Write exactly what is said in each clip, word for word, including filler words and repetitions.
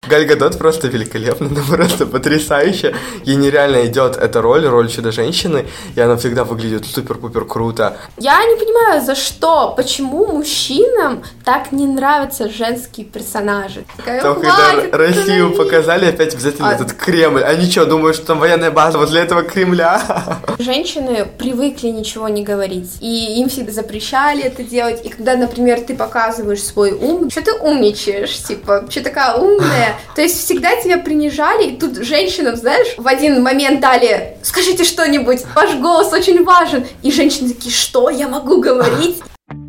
Галь Гадот просто великолепна, она просто потрясающая. Ей нереально идет эта роль, роль Чудо-женщины, и она всегда выглядит супер-пупер круто. Я не понимаю, за что, почему мужчинам так не нравятся женские персонажи. Такая, то, когда Россию показали, опять обязательно а... этот Кремль. Они что, думают, что там военная база возле этого Кремля? Женщины привыкли ничего не говорить, и им всегда запрещали это делать. И когда, например, ты показываешь свой ум, что ты умничаешь, типа, что такая умная. То есть всегда тебя принижали, и тут женщинам, знаешь, в один момент дали: скажите что-нибудь, ваш голос очень важен. И женщины такие: что я могу говорить?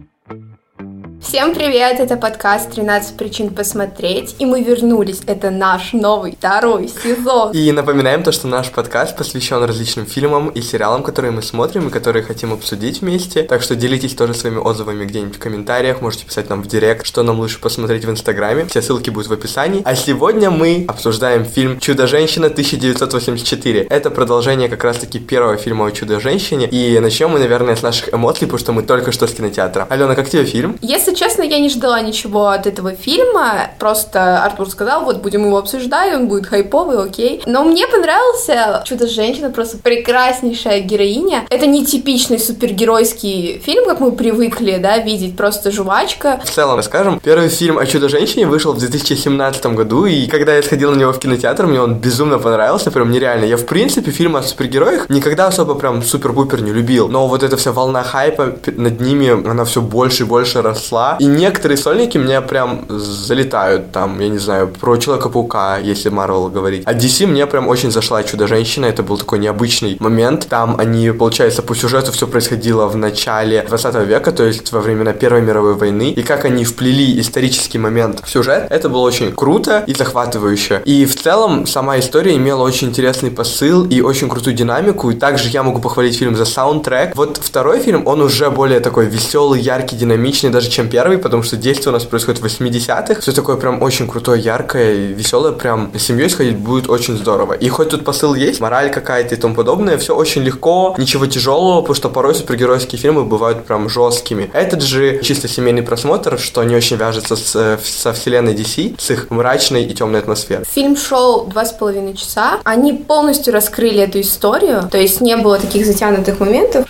Всем привет, это подкаст тринадцать причин посмотреть, и мы вернулись, это наш новый второй сезон. И напоминаем то, что наш подкаст посвящен различным фильмам и сериалам, которые мы смотрим и которые хотим обсудить вместе, так что делитесь тоже своими отзывами где-нибудь в комментариях, можете писать нам в директ, что нам лучше посмотреть в Инстаграме, все ссылки будут в описании. А сегодня мы обсуждаем фильм «Чудо-женщина» тысяча девятьсот восемьдесят четыре. Это продолжение как раз-таки первого фильма о Чудо-женщине, и начнем мы, наверное, с наших эмоций, потому что мы только что с кинотеатра. Алена, как тебе фильм? Если честно, я не ждала ничего от этого фильма, просто Артур сказал: вот будем его обсуждать, он будет хайповый, окей. Но мне понравился. Чудо-женщина просто прекраснейшая героиня. Это не типичный супергеройский фильм, как мы привыкли, да, видеть, просто жвачка. В целом, расскажем, первый фильм о Чудо-женщине вышел в две тысячи семнадцатом году, и когда я сходил на него в кинотеатр, мне он безумно понравился, прям нереально. Я, в принципе, фильмы о супергероях никогда особо прям супер-пупер не любил, но вот эта вся волна хайпа над ними, она все больше и больше росла, и некоторые сольники мне прям залетают, там, я не знаю, про Человека-паука, если Марвел говорить. А ди си мне прям очень зашла Чудо-женщина, это был такой необычный момент. Там они, получается, по сюжету все происходило в начале двадцатого века, то есть во времена Первой мировой войны, и как они вплели исторический момент в сюжет, это было очень круто и захватывающе. И в целом сама история имела очень интересный посыл и очень крутую динамику, и также я могу похвалить фильм за саундтрек. Вот второй фильм, он уже более такой веселый, яркий, динамичный, даже чем первый, потому что действие у нас происходит в восьмидесятых. Все такое прям очень крутое, яркое, веселое, прям с семьей сходить будет очень здорово. И хоть тут посыл есть, мораль какая-то и тому подобное, все очень легко, ничего тяжелого, потому что порой супергеройские фильмы бывают прям жесткими. Этот же чисто семейный просмотр, что не очень вяжется с, со вселенной ди си, с их мрачной и темной атмосферой. Фильм шел два с половиной часа. Они полностью раскрыли эту историю, то есть не было таких затянутых моментов.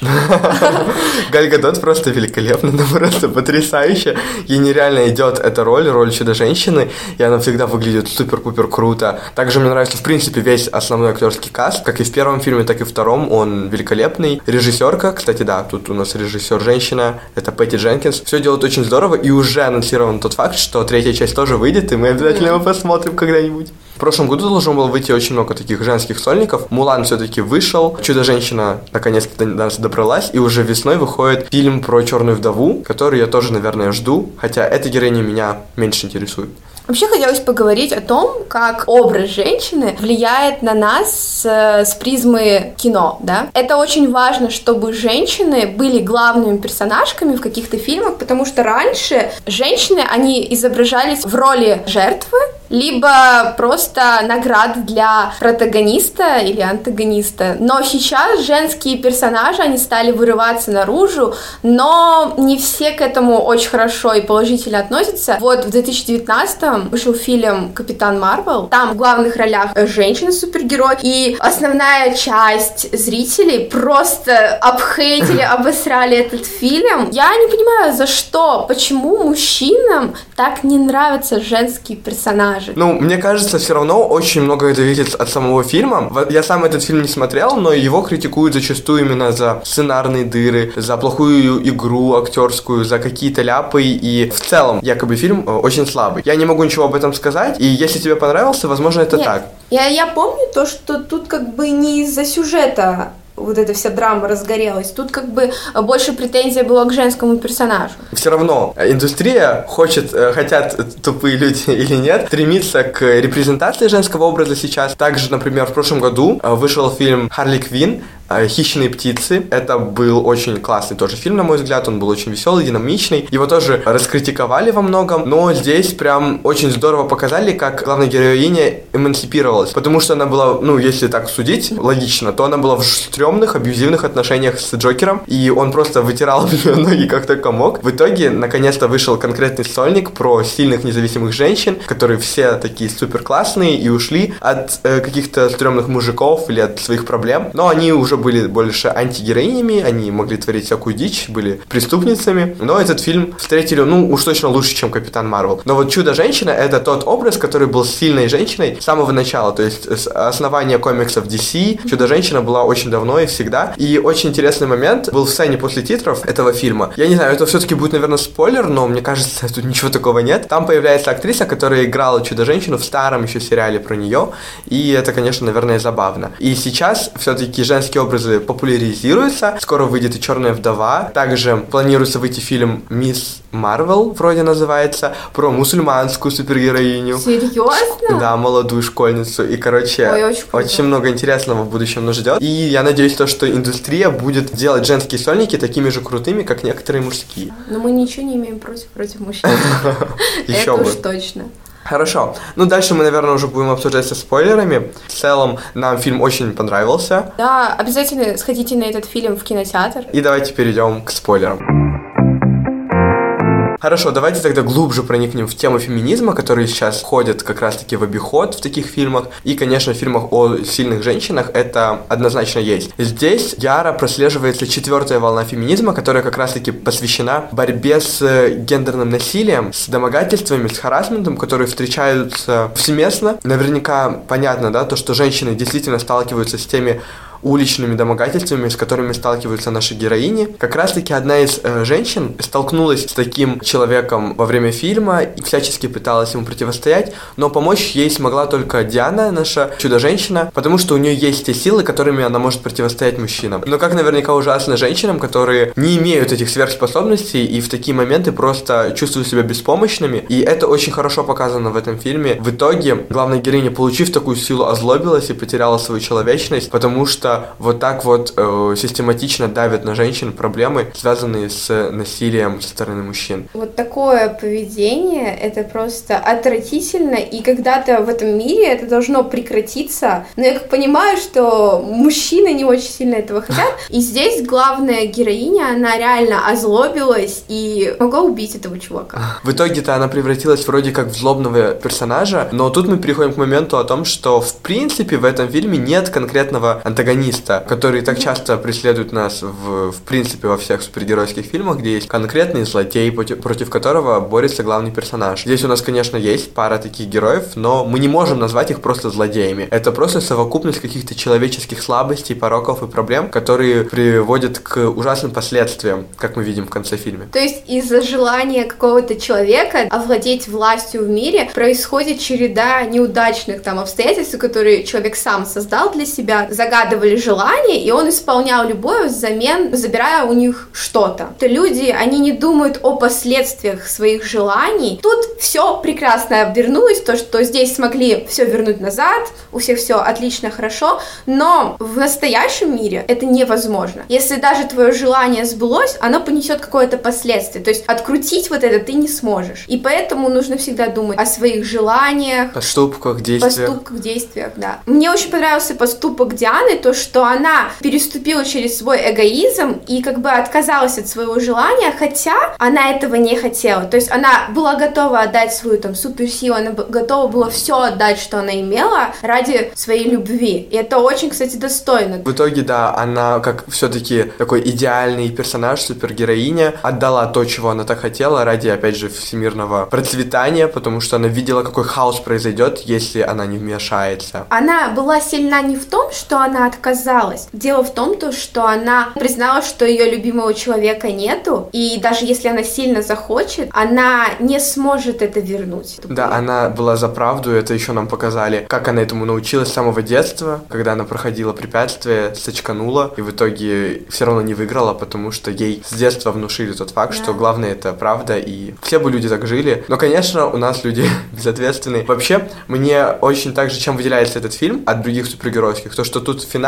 Галь Гадот просто великолепна, она просто потрясающая. Ей нереально идет эта роль, роль Чудо-женщины, и она всегда выглядит супер-пупер круто. Также мне нравится, в принципе, весь основной актерский каст, как и в первом фильме, так и в втором, он великолепный. Режиссерка, кстати, да, тут у нас режиссер-женщина, это Пэтти Дженкинс. Все делает очень здорово, и уже анонсирован тот факт, что третья часть тоже выйдет, и мы обязательно его посмотрим когда-нибудь. В прошлом году должно было выйти очень много таких женских сольников. Мулан все-таки вышел, Чудо-женщина наконец-то до нас добралась, и уже весной выходит фильм про Черную вдову, который я тоже, наверное, жду, хотя эта героиня меня меньше интересует. Вообще хотелось поговорить о том, как образ женщины влияет на нас с, с призмы кино, да. Это очень важно, чтобы женщины были главными персонажками в каких-то фильмах, потому что раньше женщины, они изображались в роли жертвы, либо просто наград для протагониста или антагониста. Но сейчас женские персонажи, они стали вырываться наружу, но не все к этому очень хорошо и положительно относятся. Вот в две тысячи девятнадцатом вышел фильм «Капитан Марвел». Там в главных ролях женщина-супергерой, и основная часть зрителей просто обхейтили, обосрали этот фильм. Я не понимаю, за что, почему мужчинам так не нравятся женские персонажи. Ну, мне кажется, все равно очень многое зависит от самого фильма. Я сам этот фильм не смотрел, но его критикуют зачастую именно за сценарные дыры, за плохую игру актерскую, за какие-то ляпы, и в целом якобы фильм очень слабый. Я не могу ничего об этом сказать, и если тебе понравился, возможно, это Нет, так. Я, я помню то, что тут как бы не из-за сюжета вот эта вся драма разгорелась. Тут как бы больше претензия была к женскому персонажу. Все равно индустрия хочет, хотят тупые люди или нет, стремиться к репрезентации женского образа сейчас. Также, например, в прошлом году вышел фильм «Харли Квинн», «Хищные птицы». Это был очень классный тоже фильм, на мой взгляд. Он был очень веселый, динамичный. Его тоже раскритиковали во многом, но здесь прям очень здорово показали, как главная героиня эмансипировалась. Потому что она была, ну, если так судить, логично, то она была в стрёмных, абьюзивных отношениях с Джокером, и он просто вытирал об её ноги как только мог. В итоге, наконец-то, вышел конкретный сольник про сильных независимых женщин, которые все такие супер классные и ушли от э, каких-то стрёмных мужиков или от своих проблем. Но они уже были больше антигероинями, они могли творить всякую дичь, были преступницами. Но этот фильм встретили, ну, уж точно лучше, чем Капитан Марвел. Но вот Чудо-женщина — это тот образ, который был сильной женщиной с самого начала. То есть с основания комиксов ди си Чудо-женщина была очень давно и всегда. И очень интересный момент был в сцене после титров этого фильма. Я не знаю, это все-таки будет, наверное, спойлер, но мне кажется, тут ничего такого нет. Там появляется актриса, которая играла Чудо-женщину в старом еще сериале про нее. И это, конечно, наверное, забавно. И сейчас все-таки женские образы популяризируются. Скоро выйдет и «Черная вдова». Также планируется выйти фильм «Мисс Марвел», вроде называется, про мусульманскую супергероиню. Серьезно? Да, молодую школьницу. И, короче, Ой, очень, очень много интересного в будущем нас ждет. И я надеюсь, то, что индустрия будет делать женские сольники такими же крутыми, как некоторые мужские. Но мы ничего не имеем против, против мужчин. Еще Это бы. уж точно. Хорошо. Ну, дальше мы, наверное, уже будем обсуждать со спойлерами. В целом, нам фильм очень понравился. Да, обязательно сходите на этот фильм в кинотеатр. И давайте перейдем к спойлерам. Хорошо, давайте тогда глубже проникнем в тему феминизма, которые сейчас входят как раз-таки в обиход в таких фильмах. И, конечно, в фильмах о сильных женщинах это однозначно есть. Здесь яро прослеживается четвертая волна феминизма, которая как раз-таки посвящена борьбе с гендерным насилием, с домогательствами, с харассментом, которые встречаются повсеместно. Наверняка понятно, да, то, что женщины действительно сталкиваются с теми уличными домогательствами, с которыми сталкиваются наши героини. Как раз-таки одна из э, женщин столкнулась с таким человеком во время фильма и всячески пыталась ему противостоять, но помочь ей смогла только Диана, наша чудо-женщина, потому что у нее есть те силы, которыми она может противостоять мужчинам. Но как наверняка ужасно женщинам, которые не имеют этих сверхспособностей и в такие моменты просто чувствуют себя беспомощными, и это очень хорошо показано в этом фильме. В итоге главная героиня, получив такую силу, озлобилась и потеряла свою человечность, потому что вот так вот э, систематично давят на женщин проблемы, связанные с насилием со стороны мужчин. Вот такое поведение, это просто отвратительно, и когда-то в этом мире это должно прекратиться. Но я как понимаю, что мужчины не очень сильно этого хотят, и здесь главная героиня, она реально озлобилась и могла убить этого чувака. В итоге-то она превратилась вроде как в злобного персонажа, но тут мы переходим к моменту о том, что в принципе в этом фильме нет конкретного антагониста, который так часто преследует нас в, в принципе во всех супергеройских фильмах, где есть конкретный злодей, против, против которого борется главный персонаж. Здесь у нас, конечно, есть пара таких героев, но мы не можем назвать их просто злодеями. Это просто совокупность каких-то человеческих слабостей, пороков и проблем, которые приводят к ужасным последствиям, как мы видим в конце фильма. То есть из-за желания какого-то человека овладеть властью в мире происходит череда неудачных там обстоятельств, которые человек сам создал для себя, загадывали желание, и он исполнял любое взамен, забирая у них что-то. То люди, они не думают о последствиях своих желаний. Тут все прекрасно обернулось, то, что здесь смогли все вернуть назад, у всех все отлично, хорошо, но в настоящем мире это невозможно. Если даже твое желание сбылось, оно понесет какое-то последствие, то есть открутить вот это ты не сможешь. И поэтому нужно всегда думать о своих желаниях, поступках, действиях. Поступках, действиях, да. Мне очень понравился поступок Дианы, то, что она переступила через свой эгоизм и как бы отказалась от своего желания, хотя она этого не хотела. То есть она была готова отдать свою там суперсилу, она готова была все отдать, что она имела, ради своей любви. И это очень, кстати, достойно. В итоге, да, она как все-таки такой идеальный персонаж, супергероиня, отдала то, чего она так хотела, ради, опять же, всемирного процветания, потому что она видела, какой хаос произойдет, если она не вмешается. Она была сильна не в том, что она отказалась. Дело в том, то, что она признала, что ее любимого человека нету, и даже если она сильно захочет, она не сможет это вернуть. Да, она была за правду, это еще нам показали, как она этому научилась с самого детства, когда она проходила препятствия, сочканула, и в итоге все равно не выиграла, потому что ей с детства внушили тот факт, да, что главное это правда, и все бы люди так жили. Но, конечно, у нас люди безответственные. Вообще, мне очень также, чем выделяется этот фильм от других супергеройских, то, что тут в финале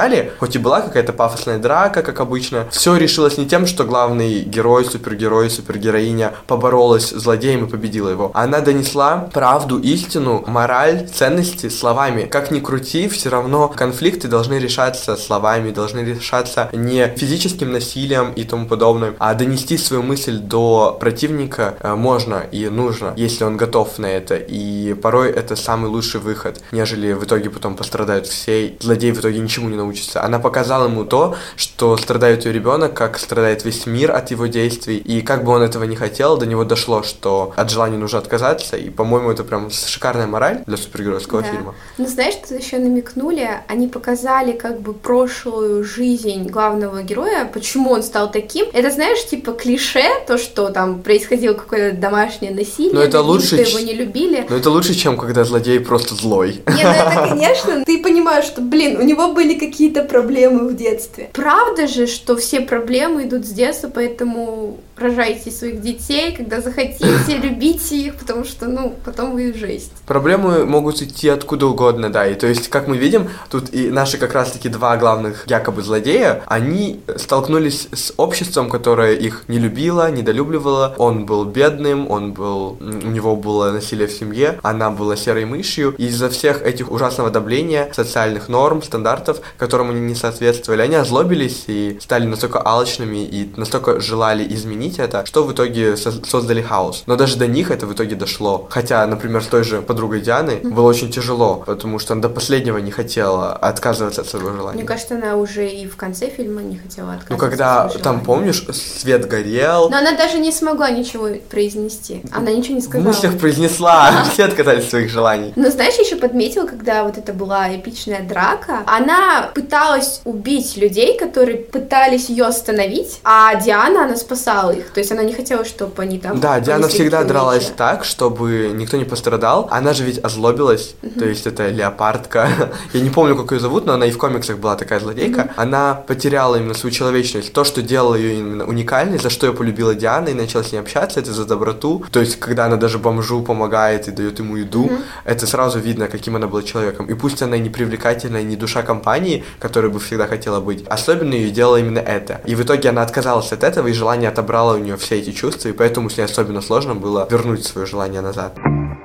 финале, хоть и была какая-то пафосная драка, как обычно, все решилось не тем, что главный герой, супергерой, супергероиня поборолась с злодеем и победила его. Она донесла правду, истину, мораль, ценности словами. Как ни крути, все равно конфликты должны решаться словами, должны решаться не физическим насилием и тому подобное, а донести свою мысль до противника можно и нужно, если он готов на это. И порой это самый лучший выход, нежели в итоге потом пострадают все, злодей в итоге ничему не научится. Она показала ему то, что страдает ее ребенок, как страдает весь мир от его действий, и как бы он этого не хотел, до него дошло, что от желания нужно отказаться, и, по-моему, это прям шикарная мораль для супергеройского да. фильма. Ну, знаешь, что еще намекнули? Они показали как бы прошлую жизнь главного героя, почему он стал таким. Это, знаешь, типа клише, то, что там происходило какое-то домашнее насилие, но это лучше, его не любили. Но это лучше, чем когда злодей просто злой. Не, ну это, конечно, ты понимаешь, что, блин, у него были какие-то проблемы в детстве. Правда же, что все проблемы идут с детства, поэтому рожайте своих детей, когда захотите, любите их, потому что, ну, потом вы жесть. Проблемы могут идти откуда угодно, да, и то есть, как мы видим, тут и наши как раз-таки два главных якобы злодея, они столкнулись с обществом, которое их не любило, недолюбливало, он был бедным, он был, у него было насилие в семье, она была серой мышью, и из-за всех этих ужасного давления, социальных норм, стандартов, которым они не соответствовали, они озлобились и стали настолько алчными и настолько желали изменить это, что в итоге со- создали хаос. Но даже до них это в итоге дошло. Хотя, например, с той же подругой Дианы mm-hmm. было очень тяжело, потому что она до последнего не хотела отказываться от своего желания. Мне кажется, она уже и в конце фильма не хотела отказываться. Ну, когда от своего там, желания. помнишь, свет горел. Но она даже не смогла ничего произнести. Она ничего не сказала. В мыслях произнесла, все отказались от своих желаний. Но знаешь, я еще подметила, когда вот это была эпичная драка, она пыталась убить людей, которые пытались ее остановить, а Диана, она спасала их. То есть она не хотела, чтобы они там... Да, Диана всегда дралась мечи. так, чтобы никто не пострадал. Она же ведь озлобилась, uh-huh. то есть это леопардка. Я не помню, как ее зовут, но она и в комиксах была такая злодейка. Uh-huh. Она потеряла именно свою человечность. То, что делало ее именно уникальной, за что ее полюбила Диана и начала с ней общаться, это за доброту. То есть, когда она даже бомжу помогает и дает ему еду, uh-huh. это сразу видно, каким она была человеком. И пусть она и не привлекательная, не душа компании, которой бы всегда хотела быть, особенно ее делало именно это. И в итоге она отказалась от этого, и желание отобрало у нее все эти чувства, и поэтому с ней особенно сложно было вернуть свое желание назад.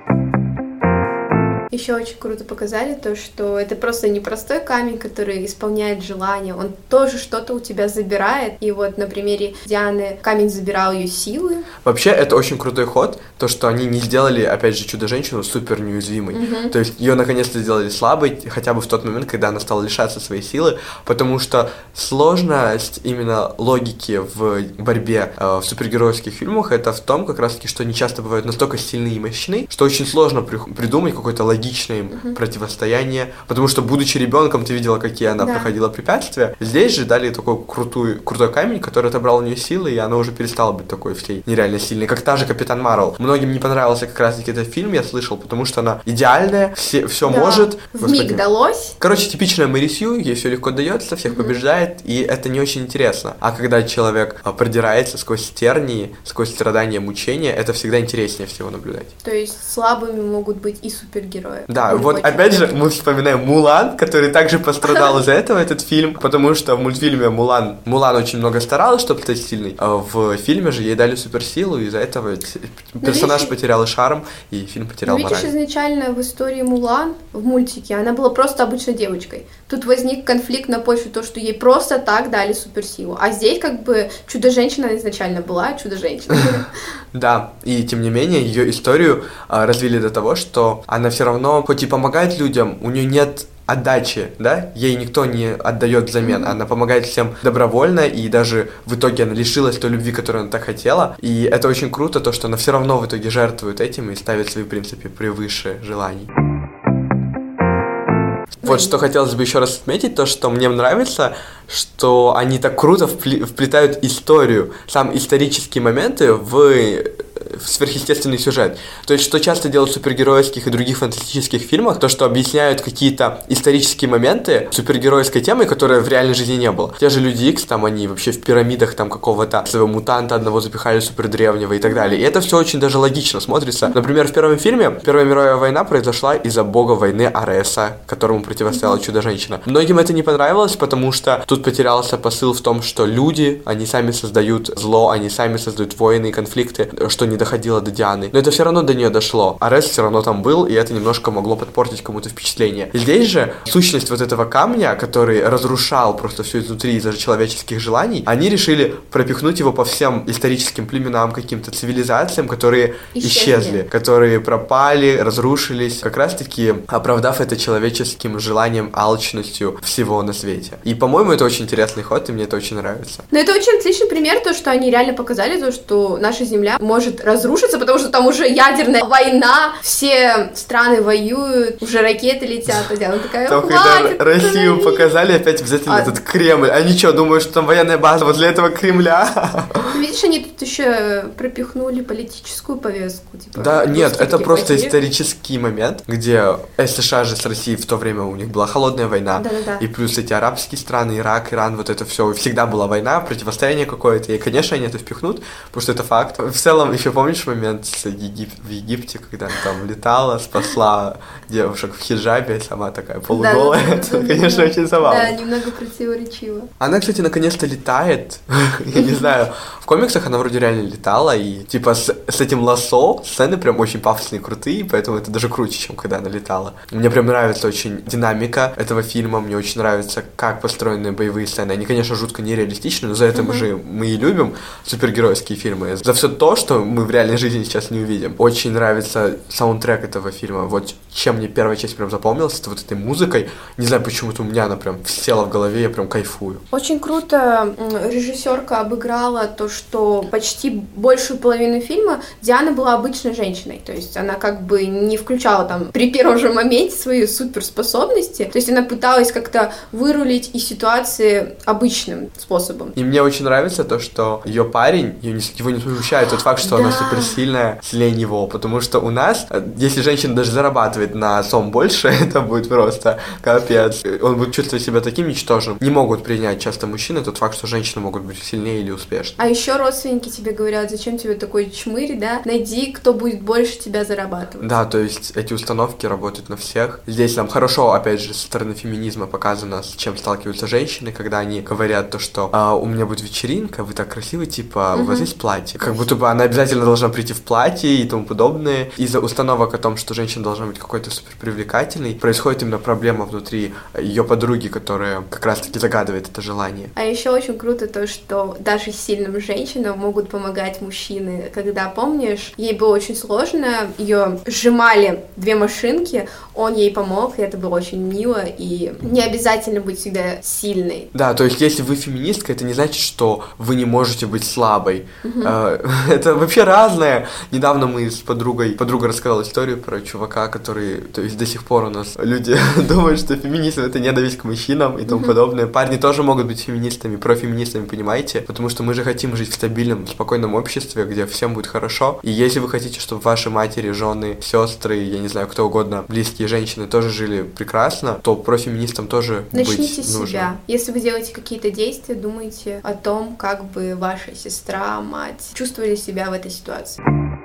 Еще очень круто показали то, что это просто не простой камень, который исполняет желание, он тоже что-то у тебя забирает. И вот на примере Дианы камень забирал ее силы. Вообще, это очень крутой ход, то, что они не сделали, опять же, Чудо-женщину супер неуязвимой. Mm-hmm. То есть ее наконец-то сделали слабой, хотя бы в тот момент, когда она стала лишаться своей силы, потому что сложность именно логики в борьбе э, в супергеройских фильмах это в том, как раз-таки, что они часто бывают настолько сильны и мощны, что очень сложно при- придумать какой-то логичный логичное им uh-huh. противостояние, потому что, будучи ребенком, ты видела, какие она да. проходила препятствия. Здесь же дали такой крутой, крутой камень, который отобрал у нее силы, и она уже перестала быть такой всей нереально сильной, как та же Капитан Марвел. Многим не понравился как раз-таки этот фильм, я слышал, потому что она идеальная, все, все да. может. Вмиг далось. Короче, типичная Мэри Сью, ей все легко дается, всех uh-huh. побеждает, и это не очень интересно. А когда человек продирается сквозь тернии, сквозь страдания, мучения, это всегда интереснее всего наблюдать. То есть слабыми могут быть и супергерои. Да, вот опять же мы вспоминаем Мулан, который также пострадал из-за этого, этот фильм, потому что в мультфильме Мулан, Мулан очень много старалась, чтобы стать сильной, а в фильме же ей дали суперсилу, и из-за этого персонаж видишь, потерял шарм, и фильм потерял мораль. Видишь, изначально в истории Мулан, в мультике, она была просто обычной девочкой. Тут возник конфликт на почве того, что ей просто так дали суперсилу. А здесь как бы Чудо-женщина изначально была Чудо-женщина. Да, и тем не менее ее историю а, развили до того, что она все равно, хоть и помогает людям, у нее нет отдачи, да, ей никто не отдает взамен, она помогает всем добровольно, и даже в итоге она лишилась той любви, которую она так хотела, и это очень круто, то, что она все равно в итоге жертвует этим и ставит свои принципы превыше желаний. Вот что хотелось бы еще раз отметить, то, что мне нравится, что они так круто вплетают историю, сам исторические моменты в сверхъестественный сюжет. То есть, что часто делают в супергеройских и других фантастических фильмах, то, что объясняют какие-то исторические моменты супергеройской темы, которой в реальной жизни не было. Те же Люди Икс, там они вообще в пирамидах там какого-то своего мутанта одного запихали супердревнего и так далее. И это все очень даже логично смотрится. Например, в первом фильме Первая мировая война произошла из-за бога войны Ареса, которому противостояла Чудо-женщина. Многим это не понравилось, потому что тут потерялся посыл в том, что люди, они сами создают зло, они сами создают войны и конфликты, что не доходило до Дианы. Но это все равно до нее дошло. Арес все равно там был, и это немножко могло подпортить кому-то впечатление. Здесь же сущность вот этого камня, который разрушал просто все изнутри из-за человеческих желаний, они решили пропихнуть его по всем историческим племенам, каким-то цивилизациям, которые исчезли, исчезли которые пропали, разрушились, как раз-таки оправдав это человеческим желанием, алчностью всего на свете. И, по-моему, это очень интересный ход, и мне это очень нравится. Но это очень отличный пример, то, что они реально показали, то, что наша Земля может разрушиться, потому что там уже ядерная война, все страны воюют, уже ракеты летят, а Диана такая, там, хватит, когда Россию показали, опять обязательно а... этот Кремль. Они что, думают, что там военная база возле этого Кремля? Видишь, они тут еще пропихнули политическую повестку. Типа, да, нет, это просто потери. Исторический момент, где США же с Россией в то время у них была холодная война, Да-да-да. и плюс эти арабские страны, Ирак, Иран, вот это все, всегда была война, противостояние какое-то, и, конечно, они это впихнут, потому что это факт. В целом, еще помнишь момент с Егип... в Египте, когда она там летала, спасла девушек в хиджабе, сама такая полуголая, да, это, конечно, очень забавно. Да, немного противоречиво. Она, кстати, наконец-то летает, я не знаю, в комиксах она вроде реально летала, и типа с, с этим лассо сцены прям очень пафосные, крутые, поэтому это даже круче, чем когда она летала. Мне прям нравится очень динамика этого фильма, мне очень нравится, как построены боевые сцены. Они, конечно, жутко нереалистичны, но за это uh-huh. мы же мы и любим супергеройские фильмы. За все то, что мы в реальной жизни сейчас не увидим. Очень нравится саундтрек этого фильма. Вот чем мне первая часть прям запомнилась, это вот этой музыкой. Не знаю, почему-то у меня она прям села в голове, я прям кайфую. Очень круто режиссерка обыграла то, что почти большую половину фильма Диана была обычной женщиной. То есть она как бы не включала там при первом же моменте свои суперспособности. То есть она пыталась как-то вырулить из ситуации обычным способом. И мне очень нравится то, что ее парень, ее не, его не смущает тот факт, что да. она суперсильная, сильнее него. Потому что у нас, если женщина даже зарабатывает на сом больше, это будет просто капец. Он будет чувствовать себя таким ничтожным. Не могут принять часто мужчины тот факт, что женщины могут быть сильнее или успешнее. А еще родственники тебе говорят, зачем тебе такой чмырь, да? Найди, кто будет больше тебя зарабатывать. Да, то есть эти установки работают на всех. Здесь нам хорошо, опять же, со стороны феминизма показано, с чем сталкиваются женщины, когда они говорят то, что а, у меня будет вечеринка, вы так красивы, типа, у вас есть платье. Как будто бы она обязательно должна прийти в платье и тому подобное. Из-за установок о том, что женщина должна быть какой-то суперпривлекательной, происходит именно проблема внутри ее подруги, которая как раз-таки загадывает это желание. А еще очень круто то, что даже сильным женщинам могут помогать мужчины. Когда, помнишь, ей было очень сложно, ее сжимали две машинки, он ей помог, и это было очень мило, и не обязательно быть всегда сильной. Да, то есть если вы феминистка, это не значит, что вы не можете быть слабой. Uh-huh. Это вообще разное. Недавно мы с подругой, подруга рассказала историю про чувака, который, то есть до сих пор у нас люди думают, что феминизм — это ненависть к мужчинам и тому uh-huh. подобное. Парни тоже могут быть феминистами, профеминистами, понимаете? Потому что мы же хотим жить в стабильном, спокойном обществе, где всем будет хорошо. И если вы хотите, чтобы ваши матери, жены, сестры, я не знаю, кто угодно, близкие женщины тоже жили прекрасно, то профеминистам тоже Начните быть нужно. Начните с себя. Если вы делаете какие-то действия, думайте о том, как бы ваша сестра, мать чувствовали себя в этой ситуации.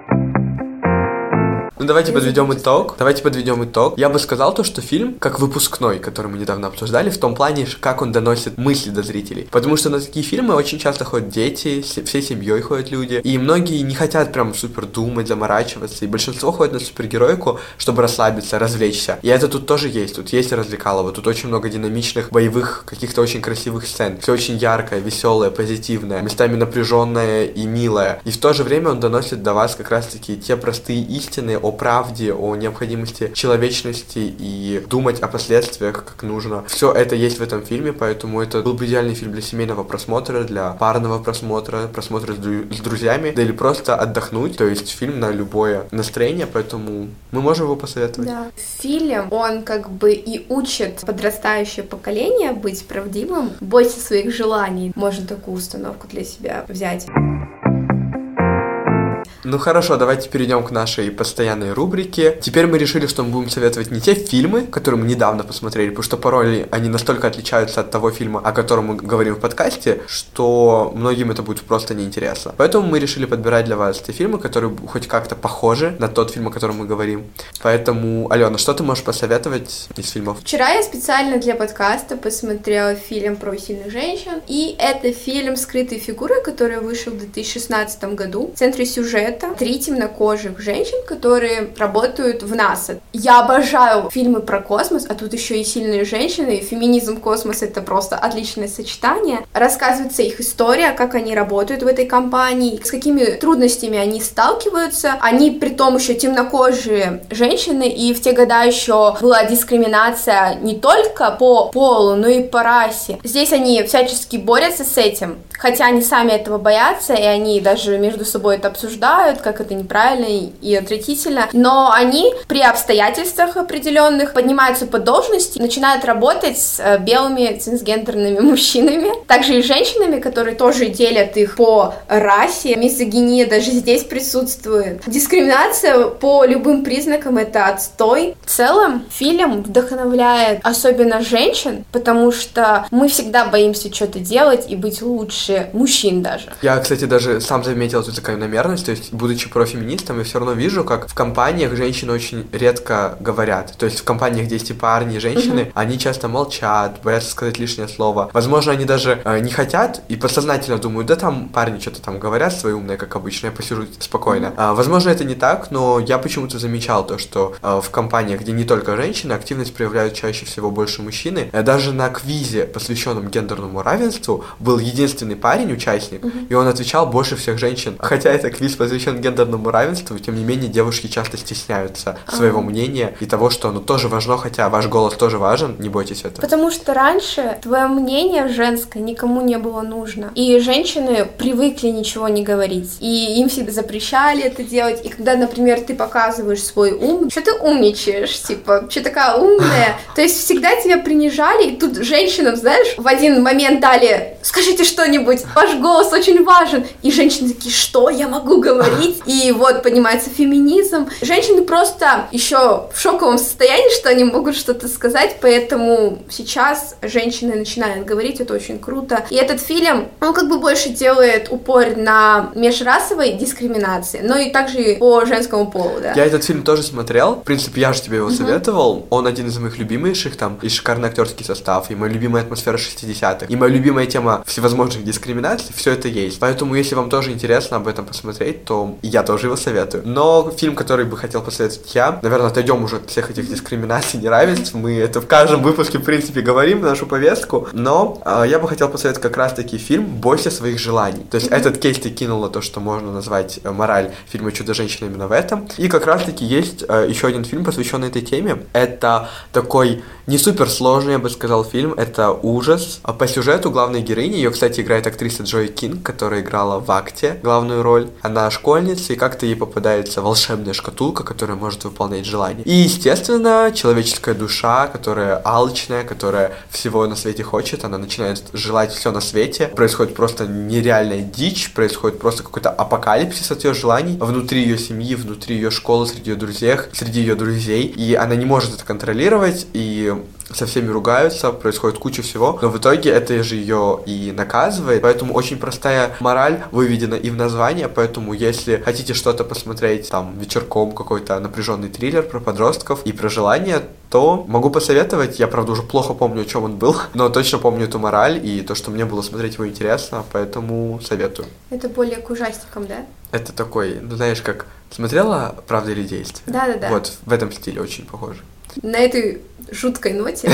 Ну, давайте подведем итог. Давайте подведем итог. Я бы сказал то, что фильм, как выпускной, который мы недавно обсуждали, в том плане, как он доносит мысли до зрителей. Потому что на такие фильмы очень часто ходят дети, всей семьей ходят люди, и многие не хотят прям супер думать, заморачиваться, и большинство ходит на супергероику, чтобы расслабиться, развлечься. И это тут тоже есть. Тут есть развлекалово, тут очень много динамичных, боевых, каких-то очень красивых сцен. Все очень яркое, веселое, позитивное, местами напряженное и милое. И в то же время он доносит до вас как раз-таки те простые истины о правде, о необходимости человечности и думать о последствиях, как нужно. Все это есть в этом фильме, поэтому это был бы идеальный фильм для семейного просмотра, для парного просмотра, просмотра с, дру- с друзьями, да или просто отдохнуть. То есть фильм на любое настроение, поэтому мы можем его посоветовать. Да. Фильм, он как бы и учит подрастающее поколение быть правдивым, бойся своих желаний. Можно такую установку для себя взять. Ну хорошо, давайте перейдем к нашей постоянной рубрике. Теперь мы решили, что мы будем советовать не те фильмы, которые мы недавно посмотрели, потому что порой они настолько отличаются от того фильма, о котором мы говорим в подкасте, что многим это будет просто неинтересно. Поэтому мы решили подбирать для вас те фильмы, которые хоть как-то похожи на тот фильм, о котором мы говорим. Поэтому, Алена, что ты можешь посоветовать из фильмов? Вчера я специально для подкаста посмотрела фильм про сильных женщин, и это фильм «Скрытые фигуры», который вышел в две тысячи шестнадцатом году. В центре сюжета три темнокожих женщин, которые работают в НАСА. Я обожаю фильмы про космос, а тут еще и сильные женщины, и феминизм, космос — это просто отличное сочетание. Рассказывается их история, как они работают в этой компании, с какими трудностями они сталкиваются. Они, при том, еще темнокожие женщины, и в те года еще была дискриминация не только по полу, но и по расе. Здесь они всячески борются с этим, хотя они сами этого боятся, и они даже между собой это обсуждают, как это неправильно и отвратительно, но они при обстоятельствах определенных поднимаются по должности, начинают работать с белыми цисгендерными мужчинами, также и женщинами, которые тоже делят их по расе. Мизогиния даже здесь присутствует. Дискриминация по любым признакам — это отстой. В целом, фильм вдохновляет особенно женщин, потому что мы всегда боимся что-то делать и быть лучше мужчин даже. Я, кстати, даже сам заметил эту закономерность, то есть, будучи профеминистом, я все равно вижу, как в компаниях женщины очень редко говорят. То есть в компаниях, где есть и парни, и женщины, uh-huh. они часто молчат, боятся сказать лишнее слово. Возможно, они даже э, не хотят и подсознательно думают, да там парни что-то там говорят, свои умные, как обычно, я посижу спокойно. Uh-huh. А, возможно, это не так, но я почему-то замечал то, что э, в компаниях, где не только женщины, активность проявляют чаще всего больше мужчины. Э, даже на квизе, посвященном гендерному равенству, был единственный парень, участник, uh-huh. и он отвечал больше всех женщин. Хотя это квиз посвящен гендерному равенству, тем не менее девушки часто стесняются своего uh-huh. мнения и того, что оно тоже важно, хотя ваш голос тоже важен, не бойтесь этого. Потому что раньше твое мнение женское никому не было нужно, и женщины привыкли ничего не говорить, и им всегда запрещали это делать, и когда, например, ты показываешь свой ум, что ты умничаешь, типа, что такая умная, то есть всегда тебя принижали, и тут женщинам, знаешь, в один момент дали: скажите что-нибудь, ваш голос очень важен, и женщины такие: что, я могу говорить? И вот поднимается феминизм. Женщины просто еще в шоковом состоянии, что они могут что-то сказать, поэтому сейчас женщины начинают говорить, это очень круто. И этот фильм, он как бы больше делает упор на межрасовой дискриминации, но и также по женскому полу, да. Я этот фильм тоже смотрел, в принципе, я же тебе его uh-huh. советовал, он один из моих любимейших, там, и шикарный актерский состав, и моя любимая атмосфера шестидесятых, и моя любимая тема всевозможных дискриминаций, все это есть. Поэтому, если вам тоже интересно об этом посмотреть, то я тоже его советую. Но фильм, который бы хотел посоветовать я, наверное, отойдем уже от всех этих дискриминаций, неравенств, мы это в каждом выпуске, в принципе, говорим в нашу повестку, но э, я бы хотел посоветовать как раз-таки фильм «Бойся своих желаний». То есть mm-hmm. этот кейс ты кинул на то, что можно назвать э, мораль фильма «Чудо-женщина» именно в этом. И как раз-таки есть э, еще один фильм, посвященный этой теме. Это такой не супер сложный, я бы сказал, фильм. Это ужас. По сюжету главной героини, ее, кстати, играет актриса Джой Кинг, которая играла в «Акте» главную роль. Она школьница, и как-то ей попадается волшебная шкатулка, которая может выполнять желания. И, естественно, человеческая душа, которая алчная, которая всего на свете хочет, она начинает желать все на свете. Происходит просто нереальная дичь, происходит просто какой-то апокалипсис от ее желаний внутри ее семьи, внутри ее школы, среди ее друзей, среди ее друзей. И она не может это контролировать, и со всеми ругаются, происходит куча всего, но в итоге это же ее и наказывает, поэтому очень простая мораль выведена и в название, поэтому если хотите что-то посмотреть там вечерком, какой-то напряженный триллер про подростков и про желания, то могу посоветовать. Я, правда, уже плохо помню, о чем он был, но точно помню эту мораль и то, что мне было смотреть его интересно, поэтому советую. Это более к ужастикам, да? Это такой, ну знаешь, как смотрела «Правда или действие»? Да-да-да. Вот в этом стиле очень похоже. На этой жуткой ноте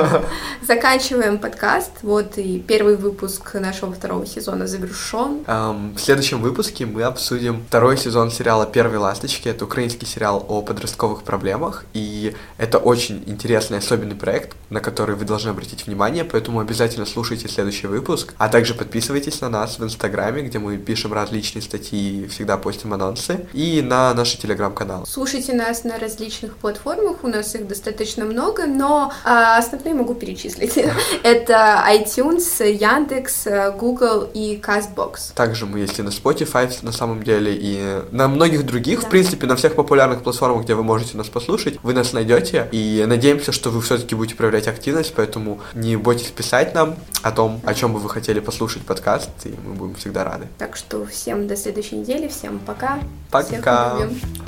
заканчиваем подкаст. Вот и первый выпуск нашего второго сезона завершен. Um, в следующем выпуске мы обсудим второй сезон сериала «Первые ласточки». Это украинский сериал о подростковых проблемах. И это очень интересный, особенный проект, на который вы должны обратить внимание. Поэтому обязательно слушайте следующий выпуск. А также подписывайтесь на нас в Инстаграме, где мы пишем различные статьи и всегда постим анонсы. И на наши телеграм-каналы. Слушайте нас на различных платформах. У нас их их достаточно много, но а, основные могу перечислить. Это iTunes, Яндекс, Google и CastBox. Также мы есть и на Spotify, на самом деле, и на многих других, да. В принципе, на всех популярных платформах, где вы можете нас послушать, вы нас найдете, и надеемся, что вы все-таки будете проявлять активность, поэтому не бойтесь писать нам о том, о чем бы вы хотели послушать подкаст, и мы будем всегда рады. Так что всем до следующей недели, всем пока. Пока. Всех любим.